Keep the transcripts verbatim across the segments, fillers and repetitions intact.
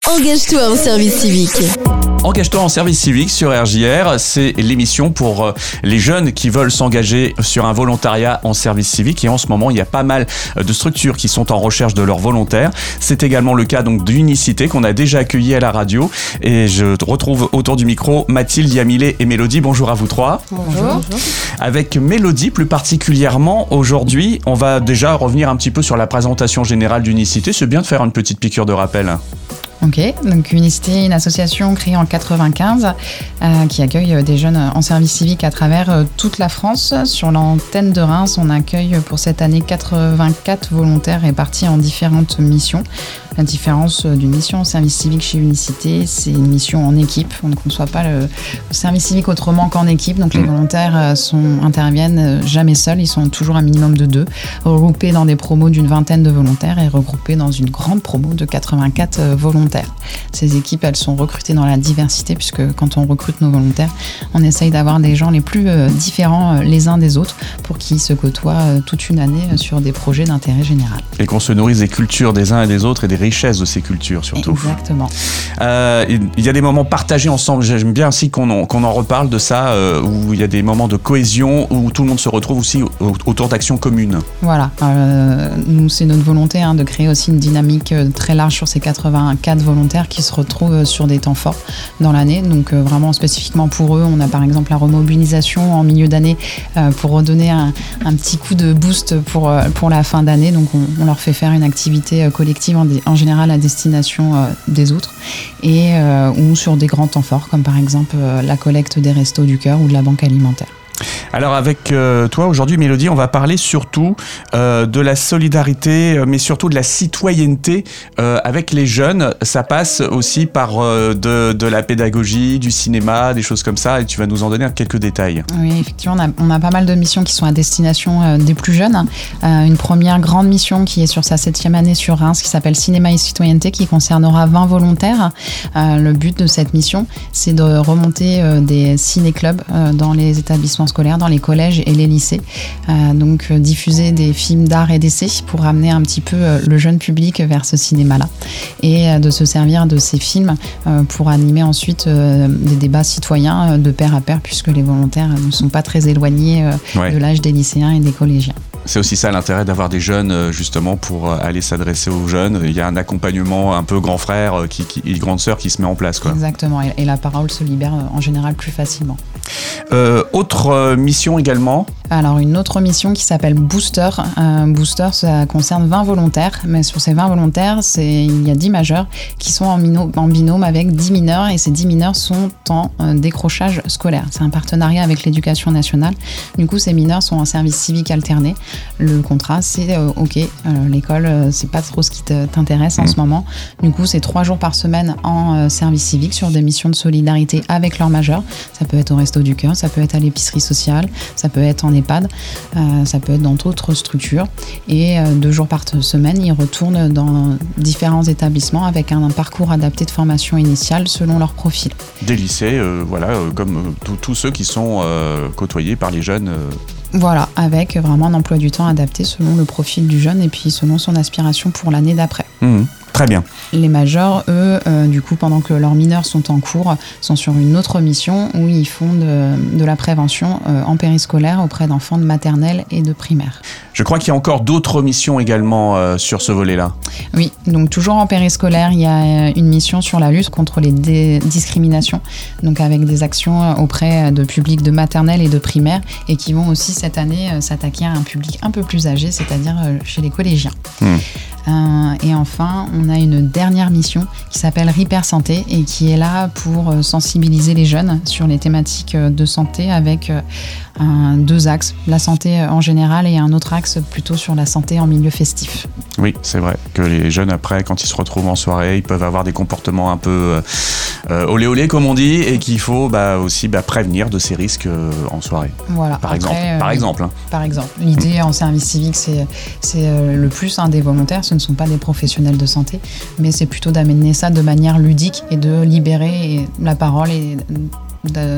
Engage-toi en service civique. Engage-toi en service civique sur R J R, c'est l'émission pour les jeunes qui veulent s'engager sur un volontariat en service civique. Et en ce moment, il y a pas mal de structures qui sont en recherche de leurs volontaires. C'est également le cas donc d'Unicité qu'on a déjà accueilli à la radio. Et je retrouve autour du micro Mathilde, Yamilé et Mélodie. Bonjour à vous trois. Bonjour. Avec Mélodie plus particulièrement, aujourd'hui, on va déjà revenir un petit peu sur la présentation générale d'Unicité. C'est bien de faire une petite piqûre de rappel. Ok, donc Unicité, une association créée en quatre-vingt-quinze euh, qui accueille des jeunes en service civique à travers euh, toute la France. Sur l'antenne de Reims, on accueille pour cette année quatre-vingt-quatre volontaires répartis en différentes missions. La différence d'une mission en service civique chez Unicité, c'est une mission en équipe. On ne conçoit pas le, le service civique autrement qu'en équipe. Donc les volontaires sont, interviennent jamais seuls, ils sont toujours un minimum de deux, regroupés dans des promos d'une vingtaine de volontaires et regroupés dans une grande promo de quatre-vingt-quatre volontaires. Ces équipes, elles sont recrutées dans la diversité, puisque quand on recrute nos volontaires, on essaye d'avoir des gens les plus euh, différents euh, les uns des autres pour qu'ils se côtoient euh, toute une année euh, sur des projets d'intérêt général. Et qu'on se nourrisse des cultures des uns et des autres et des richesses de ces cultures surtout. Exactement. Euh, il y a des moments partagés ensemble. J'aime bien aussi qu'on en, qu'on en reparle de ça, euh, où il y a des moments de cohésion, où tout le monde se retrouve aussi autour d'actions communes. Voilà. Euh, nous, c'est notre volonté hein, de créer aussi une dynamique euh, très large sur ces quatre-vingt-quatre volontaires qui se retrouvent sur des temps forts dans l'année. Donc euh, vraiment spécifiquement pour eux, on a par exemple la remobilisation en milieu d'année euh, pour redonner un, un petit coup de boost pour, euh, pour la fin d'année. Donc on, on leur fait faire une activité euh, collective en, en général à destination euh, des autres et euh, ou sur des grands temps forts comme par exemple euh, la collecte des Restos du Cœur ou de la banque alimentaire. Alors avec euh, toi aujourd'hui Mélodie, on va parler surtout euh, de la solidarité, mais surtout de la citoyenneté euh, avec les jeunes. Ça passe aussi par euh, de, de la pédagogie, du cinéma, des choses comme ça, et tu vas nous en donner quelques détails. Oui, effectivement, on a, on a pas mal de missions qui sont à destination euh, des plus jeunes. Euh, une première grande mission qui est sur sa septième année sur Reims, qui s'appelle Cinéma et Citoyenneté, qui concernera vingt volontaires. Euh, le but de cette mission, c'est de remonter euh, des ciné-clubs euh, dans les établissements scolaires, dans les collèges et les lycées. Euh, donc euh, diffuser des films d'art et d'essai pour amener un petit peu euh, le jeune public vers ce cinéma-là et euh, de se servir de ces films euh, pour animer ensuite euh, des débats citoyens euh, de pair à pair, puisque les volontaires euh, ne sont pas très éloignés euh, ouais. de l'âge des lycéens et des collégiens. C'est aussi ça l'intérêt d'avoir des jeunes justement pour aller s'adresser aux jeunes. Il y a un accompagnement un peu grand frère qui, qui, et grande sœur qui se met en place, quoi. Exactement, et, et la parole se libère en général plus facilement. Euh, autre euh, mission également. Alors une autre mission qui s'appelle Booster. Euh, Booster, ça concerne vingt volontaires, mais sur ces vingt volontaires, c'est, il y a dix majeurs qui sont en, mino, en binôme avec dix mineurs, et ces dix mineurs sont en euh, décrochage scolaire. C'est un partenariat avec l'éducation nationale. Du coup, ces mineurs sont en service civique alterné. Le contrat, c'est euh, ok, euh, l'école, euh, c'est pas trop ce qui te, t'intéresse en mmh. ce moment. Du coup, c'est trois jours par semaine en euh, service civique sur des missions de solidarité avec leurs majeurs. Ça peut être au Resto du Cœur, ça peut être à l'épicerie sociale, ça peut être en EHPAD, euh, ça peut être dans d'autres structures. Et euh, deux jours par semaine, ils retournent dans différents établissements avec un, un parcours adapté de formation initiale selon leur profil. Des lycées, euh, voilà, euh, comme euh, tous ceux qui sont euh, côtoyés par les jeunes. Euh... Voilà, avec vraiment un emploi du temps adapté selon le profil du jeune et puis selon son aspiration pour l'année d'après. Mmh. Très bien. Les majeurs, eux, euh, du coup, pendant que leurs mineurs sont en cours, sont sur une autre mission où ils font de, de la prévention euh, en périscolaire auprès d'enfants de maternelle et de primaire. Je crois qu'il y a encore d'autres missions également euh, sur ce volet-là. Oui, donc toujours en périscolaire, il y a une mission sur la lutte contre les dé- discriminations, donc avec des actions auprès de publics de maternelle et de primaire, et qui vont aussi cette année euh, s'attaquer à un public un peu plus âgé, c'est-à-dire euh, chez les collégiens. Mmh. Euh, et enfin, on a une dernière mission qui s'appelle Repair Santé et qui est là pour sensibiliser les jeunes sur les thématiques de santé avec un, deux axes, la santé en général et un autre axe plutôt sur la santé en milieu festif. Oui, c'est vrai que les jeunes après, quand ils se retrouvent en soirée, ils peuvent avoir des comportements un peu euh, olé olé comme on dit, et qu'il faut bah, aussi bah, prévenir de ces risques euh, en soirée. Voilà. Par après, exemple. Euh, par exemple. Hein. Par exemple. L'idée en service civique, c'est, c'est euh, le plus hein, des volontaires. Ce ne sont pas des professionnels de santé, mais c'est plutôt d'amener ça de manière ludique et de libérer la parole et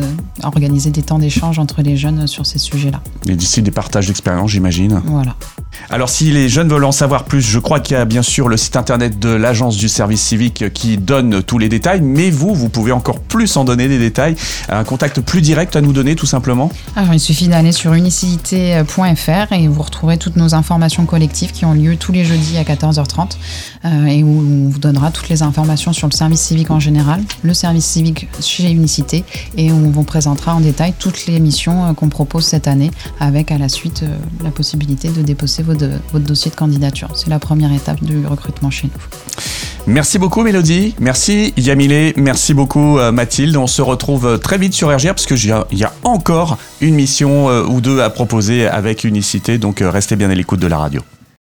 d'organiser des temps d'échange entre les jeunes sur ces sujets-là. Et d'ici des partages d'expériences, j'imagine. Voilà. Alors si les jeunes veulent en savoir plus, je crois qu'il y a bien sûr le site internet de l'agence du service civique qui donne tous les détails, mais vous, vous pouvez encore plus en donner des détails. Un contact plus direct à nous donner tout simplement? Alors il suffit d'aller sur unicité point f r et vous retrouverez toutes nos informations collectives qui ont lieu tous les jeudis à quatorze heures trente euh, et où on vous donnera toutes les informations sur le service civique en général, le service civique chez Unicité, et où on vous présentera en détail toutes les missions euh, qu'on propose cette année, avec à la suite euh, la possibilité de déposer votre, votre dossier de candidature. C'est la première étape du recrutement chez nous. Merci beaucoup Mélodie, merci Yamilé, merci beaucoup Mathilde. On se retrouve très vite sur R G R parce qu'il y a encore une mission ou deux à proposer avec Unicité, donc restez bien à l'écoute de la radio.